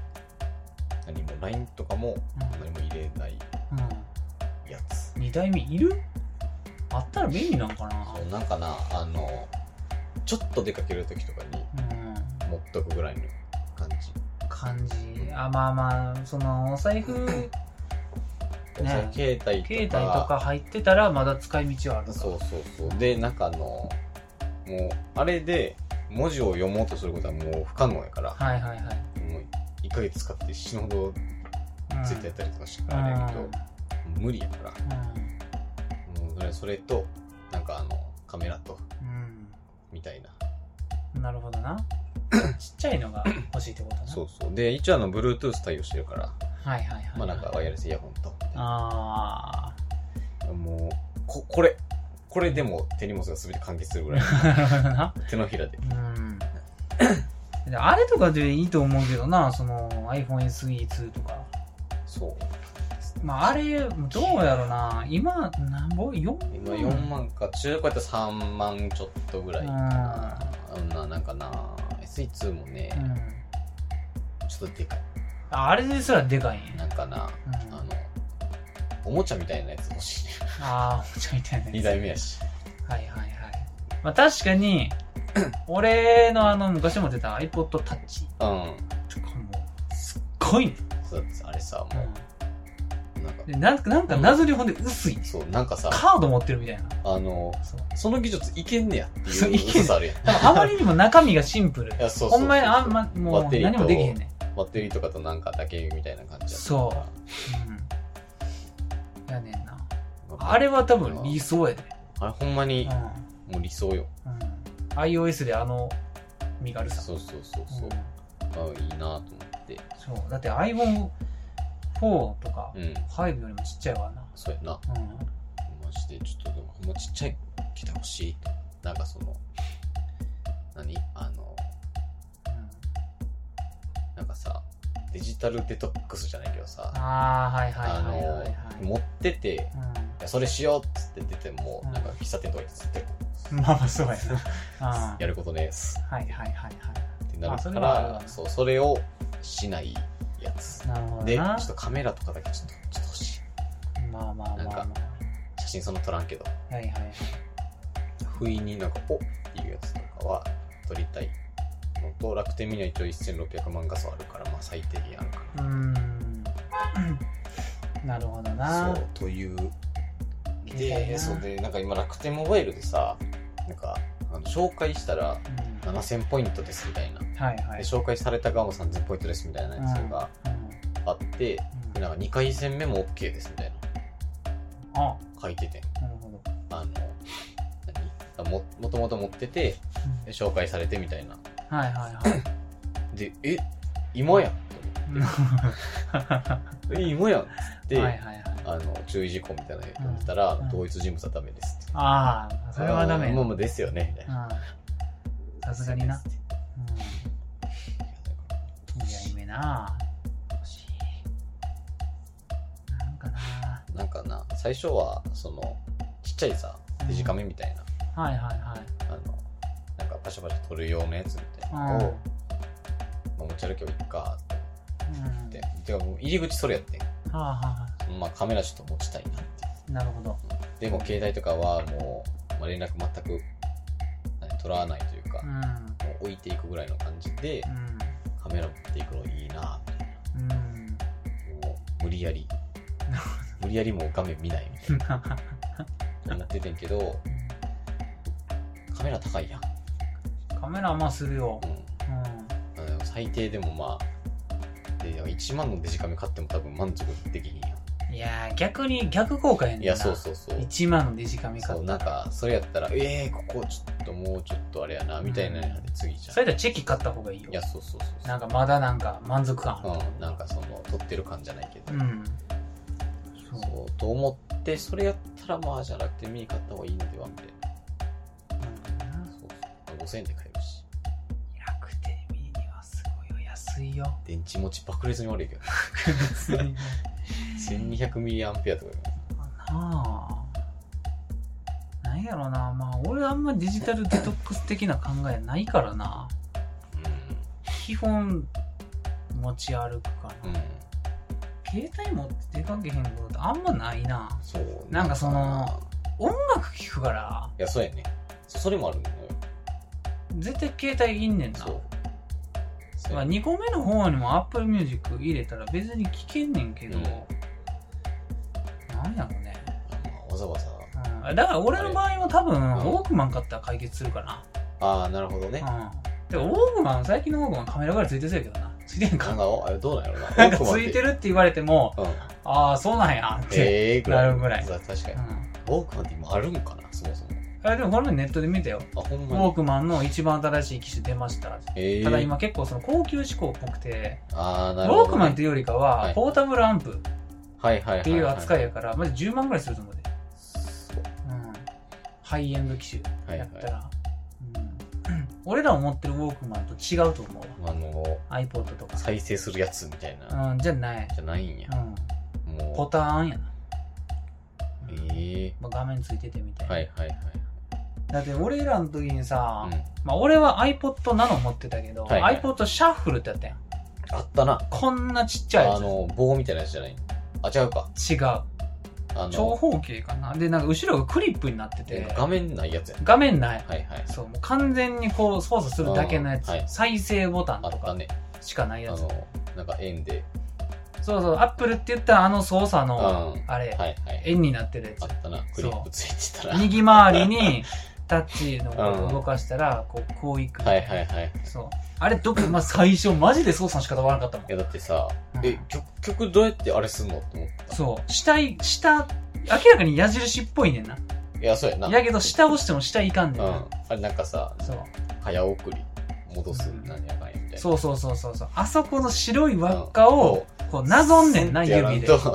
LINE とかも何も入れないやつ。 2台目いる？あったら便利なんかな？ そう、なんかな、ちょっと出かけるときとかに持っとくぐらいの感じ。 まあ、お財布携帯とか入ってたらまだ使い道はある。 そうで、もうあれで文字を読もうとすることはもう不可能やから、もう1ヶ月使って死ぬほどツイッターやったりとかしてからあれやけど、無理やから、もうそれとカメラとみたいな。 なるほどな。ちっちゃいのが欲しいってことな。 そうで、一応Bluetooth 対応してるから、ワイヤレスイヤホンと。もうこれでも手荷物が全て完結するぐらい手のひらで。 あれとかでいいと思うけどな、iPhone SE2 とか。 そう。 あれどうやろな。今何本 4万か。中古やったら3万ちょっとぐらいかな。SE2 もね、ちょっとでかい。 あれですらでかいんや。 おもちゃみたいなやつ欲しいね。 おもちゃみたいなやつ。 2代目やし。 確かに俺の昔も出た iPod Touch とかもすっごいね。 そうあれさ、もうなんかなぞりほんで薄い。 そう、 カード持ってるみたいな。 その技術いけんねやっていう嘘さあるやん。 あまりにも中身がシンプル。ほんまにもう何もできへんねん。 バッテリーとかとだけみたいな感じやった。 そう。やねんな。あれは多分理想やで。 あれほんまにもう理想よ。 iOS で身軽さ。 そういいなと思って。 そうだって iPhone4 とか5よりもちっちゃいわな。 そうやな。マジでちょっとでもほんまちっちゃい機体欲しい。さ、デジタルデトックスじゃないけどさ、持ってて、それしようっつって出ても、喫茶店とか行って、 そうやな。やることねえっす。ってなるから、それをしないやつ。で、ちょっとカメラとかだけちょっと欲しい。写真そんな撮らんけど。不意におっていうやつとかは撮りたいのと、楽天ミニは一応1600万画素あるから、最低限あるから。 なるほどな。 そう、という。で、今楽天モバイルでさ、紹介したら7000ポイントですみたいな。で紹介された側も3000ポイントですみたいなやつがあって、2回戦目も OK ですみたいな。書いてて。 なるほど。 もともと持ってて、紹介されてみたいな。で、今やんと思って。今やんっつって、注意事項みたいなの読んでたら、同一人物はダメですって。 それはダメ。 もうですよね、みたいな。 さすがにな。いや、夢な。 最初は、ちっちゃいさ、デジカメみたいな。パシャパシャ撮るようなやつみたいなのを、持ち歩けばいいかっててかもう入り口それやってん。カメラちょっと持ちたいなって。 なるほど。 でも携帯とかはもう、連絡全く取らないというか、もう置いていくぐらいの感じで、カメラ持っていくのいいなみたいな。もう無理やり無理やりもう画面見ないみたいななっててんけど、カメラ高いやん。 カメラはまあするよ。 最低でもまあで1万のデジカメ買っても多分満足できひんやん。 いやー逆効果やねんな。 いやそう 1万のデジカメ買った。 そうなんかそれやったらここちょっともうちょっとあれやなみたいなので次じゃん。 それでチェキ買った方がいいよ。 いやそうなんかまだなんか満足感ある。 なんかその撮ってる感じゃないけど。 そうと思ってそれやったらまあじゃなくてミニ買った方がいいのではみたいな。5000円で買えるし。 楽天ミニはすごいよ、安いよ。 電池持ち爆裂に悪いけど。1200ミリアンペアとか。 なんやろな、まあ俺あんまデジタルデトックス的な考えないからな。基本持ち歩くかな。携帯持って出かけへんことってあんまないな。なんかその音楽聴くから。 いやそうやね。それもあるのよ。絶対携帯いんねんな。まあ2個目の方にも Apple Music 入れたら別に聴けんねんけど、なんやろね。 わざわざ。 だから俺の場合は多分ウォークマン買ったら解決するかな。 ああなるほどね。 でもウォークマン最近のウォークマンカメラぐらいついてそうやけどな。ついてんか。 あれどうなんやろな。 なんかついてるって言われても、ああそうなんやってなるぐらい。 確かに。ウォークマンって今あるんかなそもそも。 でもこれネットで見たよ。ウォークマンの一番新しい機種出ました。ただ今結構その高級志向っぽくて、ウォークマンっていうよりかはポータブルアンプっていう扱いやからマジ10万ぐらいすると思うで。ハイエンド機種やったら、俺ら思ってるウォークマンと違うと思う。iPod とか再生するやつみたいな。 じゃないんや。 ボタンやな。画面ついててみたいな。だって俺らの時にさ、俺は iPod Nano 持ってたけど、iPod シャッフルってやったやん。 あったな。 こんなちっちゃいやつ。 棒みたいなやつじゃない？あ、違うか。 違う。長方形かな。で、なんか後ろがクリップになってて。 画面ないやつやん。 画面ない。そう、もう完全にこう操作するだけのやつ。再生ボタンとかしかないやつ。 なんか円で。 そう、アップルって言ったら操作の、あれ、円になってるやつ。 あったな、クリップついてたら。 右回りにタッチの動かしたら、こういく。そう。あれ最初マジで操作の仕方わからなかったもん。 いやだってさ、曲どうやってあれすんのって思った。 そう。下、明らかに矢印っぽいねんな。 いや、そうやな。 やけど下押しても下いかんねんな。 あれなんかさ、早送り戻すなんやかんやみたいな。 そう。あそこの白い輪っかを、こうなぞんねんな、指で。そう。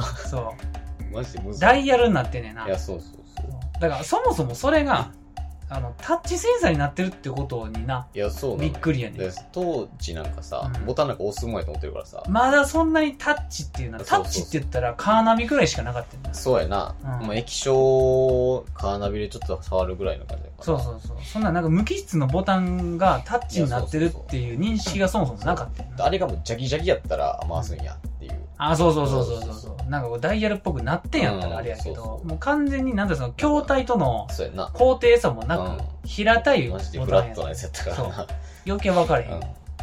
マジで難しい。 ダイヤルになってんねんな。 いや、そう。 だからそもそもそれが、タッチセンサーになってるってことにな。 いや、そうびっくりやねん。 当時なんかさ、ボタンなんか押すもんやと思ってるからさ。 まだそんなにタッチっていうのは、タッチって言ったらカーナビぐらいしかなかったんだ。 そうやな。液晶カーナビでちょっと触るぐらいの感じだから。 そう。そんななんか無機質のボタンがタッチになってるっていう認識がそもそもなかった。 あれがもうジャギジャギやったら回すんやっていう。 そう。なんかこうダイヤルっぽくなってんやったらあれやけど、もう完全になんだその筐体との高低差もなく、平たいボタンや。 マジでフラットなやつやったからな。 余計分かれへん。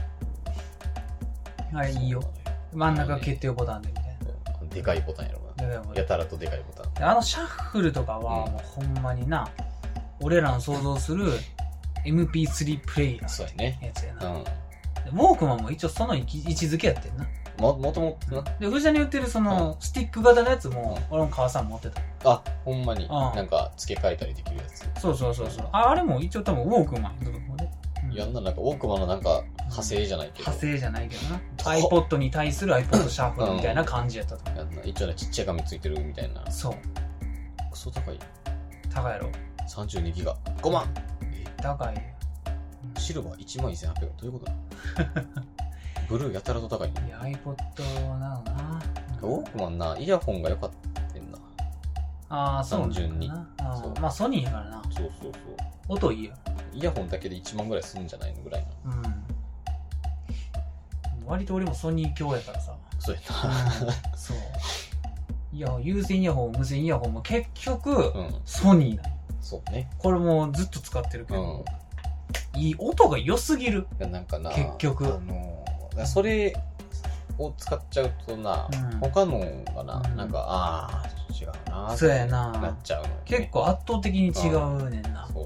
あれいいよ。真ん中決定ボタンでみたいな。でかいボタンやろな。やたらとでかいボタン。シャッフルとかはもうほんまにな、俺らの想像する MP3 プレイヤーのやつやな。ウォークマンも一応その位置づけやってんな。 もともとな。 で、藤田に売ってるそのスティック型のやつも、俺も川さん持ってた。 あ、ほんまに。なんか付け替えたりできるやつ。 そう。あれも一応多分ウォークマンやと思うね。 いや、なんかウォークマンのなんか派生じゃないけど。 派生じゃないけどな。iPod に対する iPod シャッフルみたいな感じやったと思う。 一応ね、ちっちゃい画面ついてるみたいな。 そう。 クソ高い。 高いやろ。 32ギガ。5万。 高い。 シルバー1万2800円。どういうことだブルーやたらと高い。 いや、iPod なのな。 ウォークマンな、イヤホンが良かったんな。 そうなんだな。単純に。まあ、ソニーやからな。 そう。 音いいや。 イヤホンだけで1万ぐらいするんじゃないのぐらいな。 割と俺もソニー教やからさ。 そうやな。 そう。いや、有線イヤホン、無線イヤホンも結局、ソニーなの。 そうね。 これもずっと使ってるけど、音が良すぎる。 なんかな、 結局。 それを使っちゃうとな、他のがな、なんか違うなそうやななっちゃうの、ね、 結構圧倒的に違うねんな、 そう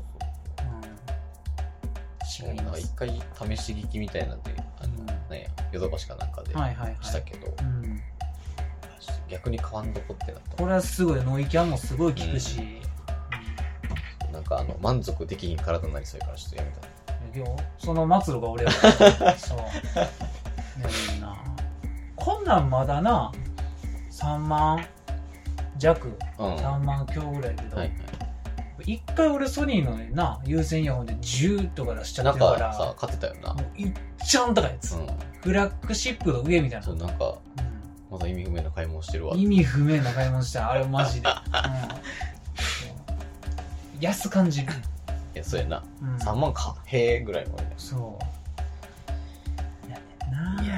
そう、違います。一回試し聞きみたいなんでね、ヨドバシかなんかでしたけど、逆に変わんどこってなった。 これはすごい、ノイキャンもすごい効くし、 なんか満足できひん体になりそうやからちょっとやめた。 その末路が俺はそうねんな。こんなんまだな3万弱、3万強ぐらいやけど、一回俺ソニーのな有線イヤホンで10とか出しちゃってるから、 なんかさ買ってたよな、 いっちゃん高いやつ、フラッグシップの上みたいな。 そうなんか、まだ意味不明な買い物してるわ。 意味不明な買い物したあれマジで、安感じる。 いやそうやな、3万かへえぐらいの、ね、 そうやねんな。いや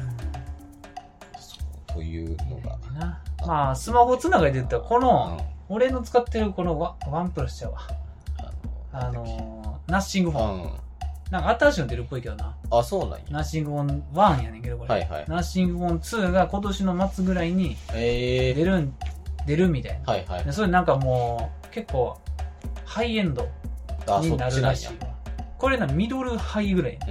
そうというのがまあスマホつながりで言ったらこの、俺の使ってるこのワンプラスちゃうわ、ナッシングフォン、なんか新しいの出るっぽいけどな。 あ、そうなんや。 ナッシングフォン1やねんけどこれ、ナッシングフォン2が今年の末ぐらいに出るみたいな、それなんかもう結構ハイエンドになるらしいわ。これなミドルハイぐらい、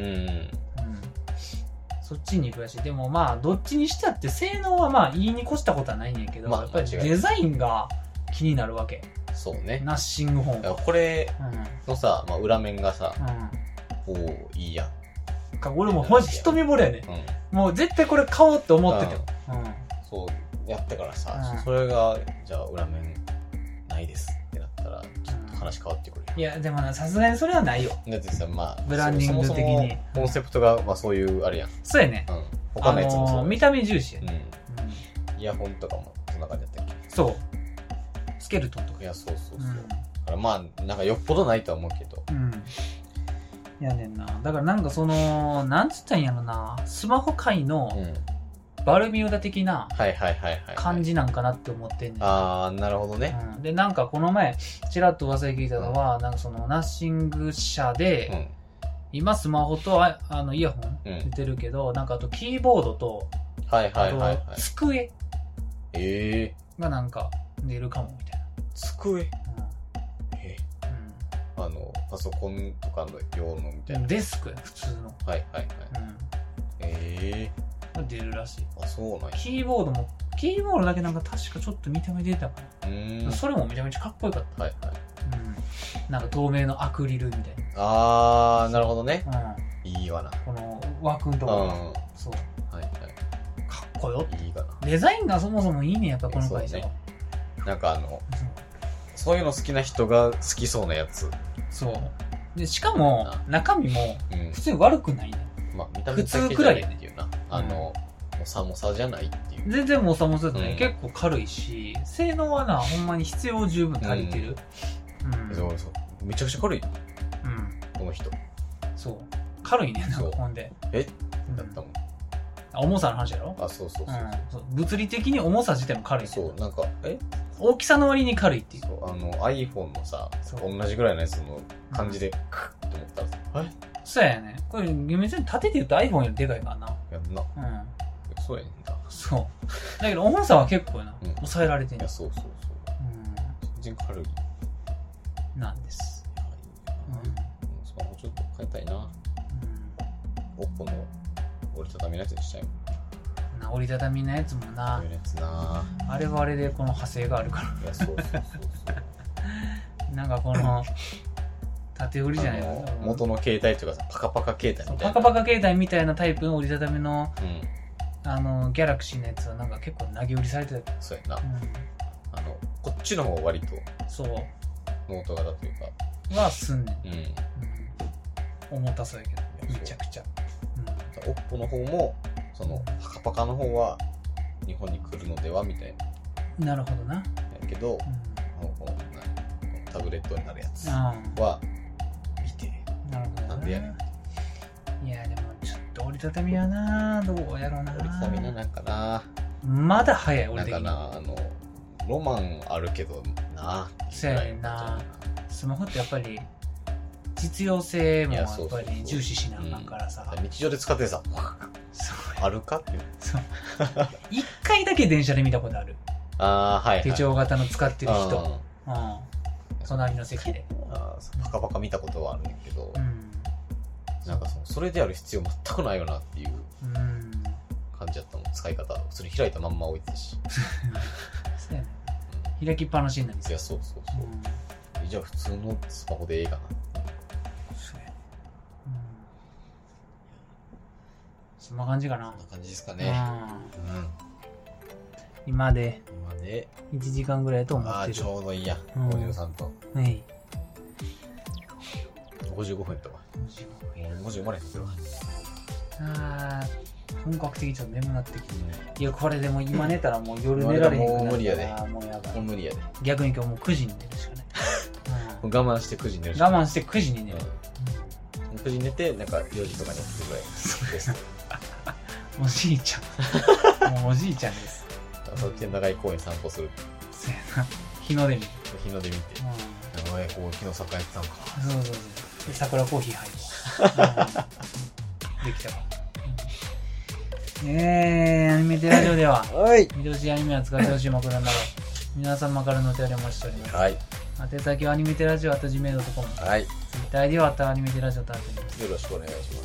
そっちに行くらしい。でもまあどっちにしたって性能はまあ言いに越したことはないんやけど、やっぱりデザインが気になるわけ。 そうね。 ナッシングフォンはこれのさ、裏面がさ、おおいいやん。 俺もマジ一目惚れやね、もう絶対これ買おうって思ってたよ、 そうやってからさ、それがじゃあ裏面ないですってなったらちょっと話変わってくる。 いやでもな、さすがにそれはないよ。 だってさ、まあブランディング的にそもそもコンセプトがまあそういうあれやん。 そうやね、 他のやつもそう、 見た目重視やね、 イヤホンとかもそんな感じだったっけ。 そうスケルトンとか。 いやそうそうそう、だからまあなんかよっぽどないとは思うけど、 やねんな。だからなんかそのなんつったんやろな、スマホ界のバルミューダ的な感じなんかなって思ってんねん。 ああなるほどね、 でなんかこの前ちらっと噂で聞いたのは、なんかそのナッシング社で、今スマホとイヤホン出てるけど、なんかあとキーボードとあと机がなんか出るかもみたいな。 机、パソコンとかの用のみたいな。 デスクや普通の。出るらしい。 あ、そうなんや。 キーボードだけなんか確かちょっと見た目出たかな。それもめちゃめちゃかっこよかった。なんか透明のアクリルみたいな。 あーなるほどね、いいわな。 この枠のところ、そう、かっこよ。 いいかな。 デザインがそもそもいいねやっぱこの会社は。 なんかそういうの好きな人が好きそうなやつ。 そうで、しかも中身も普通に悪くないね、 見た目だけじゃないっていうな。もさじゃないっていう。 全然もさもさじゃない、結構軽いし、性能はなほんまに必要十分足りてる。めちゃくちゃ軽い、この人。そう軽いね。なんかほんでだったもん。 重さの話やろ。 そう物理的に重さ自体も軽い。 そうなんか大きさの割に軽いっていう。 iPhone のさ同じぐらいのやつの感じでクッと思ったらそうやね。これ別に縦で言うと iPhone よりでかいからな。 やんな。そうやねんだ。 そうだけど重さは結構な抑えられてんねん。 そう全然軽いなんです。 スマホちょっと変えたいな。Oppo の折りたたみのやつにしちゃう。 折りたたみのやつもな。あれはあれでこの派生があるから。いやそうなんかこの縦売りじゃないの。 元の携帯というかさ、パカパカ携帯みたいな。 パカパカ携帯みたいなタイプの折りたたみのギャラクシーのやつはなんか結構投げ売りされてた。 そうやな。こっちの方が割とノート型というかはすんねん。重たそうやけどめちゃくちゃ。 Oppo の方もそのパカパカの方は日本に来るのではみたいな。なるほどな。 やけど、タブレットになるやつは見て、なんでやねん。いやでもちょっと折りたたみはな、どうやろうな。 折りたたみなんかな。 まだ早い俺的に。 なんかなロマンあるけどな。 そうやねんな。スマホってやっぱり実用性もやっぱり重視しなあかんからさ。 日常で使ってさ、 あるかっていう。 そう一回だけ電車で見たことある。 ああ、はい、はい。 手帳型の使ってる人。うん。隣の席で。 パカパカ見たことはあるんだけど、なんかそれでやる必要全くないよなっていう感じだったもん。使い方。普通に開いたまんま置いてたし。 そうやね。開きっぱなしになりそう。 いや、そうそうそう。じゃあ普通のスマホでええかな。 そうやね。そんな感じかな。 そんな感じですかね。 今で1時間ぐらいと思ってる。 ああ、ちょうどいいや。53分。 はい。 55分やったわ。50までやってるわ。 ああ、本格的にちょっと眠なってきて。いや、これでも今寝たらもう夜寝られへんくなるから。 もう無理やで。 もうやばい。 もう無理やで。 逆に今日もう9時に寝るしかない。 我慢して9時に寝るしかない。我慢して9時に寝る。 9時に寝て、なんか4時とかに起きるぐらいです。 おじいちゃん。もうおじいちゃんです。 そっちで長い公園散歩する。 そうやな。日の出見て。 日の出見て。こう昨日桜やってたのか。 そうそうそう。で桜コーヒー入る。できたか。アニメテラジオでは、見てほしいアニメは使ってほしい枕など、皆様からのお手紙をお待ちしております。はい。宛先はアニメテラジオ@gmail.com。はい。Twitter ではアニメテラジオとなっております。 よろしくお願いします。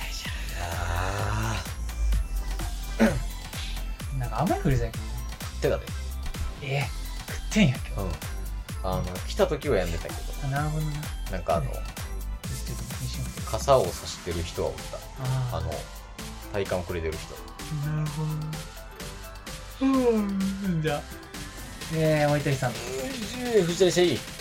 なんか甘い栗じゃんけど。 食ってたで。 食ってんやけど。 来た時はやんでたけど。 なるほどね。 なんか傘を差してる人はおった。体感くれてる人。 なるほど。じゃあ、おいたりさん。 藤谷さん。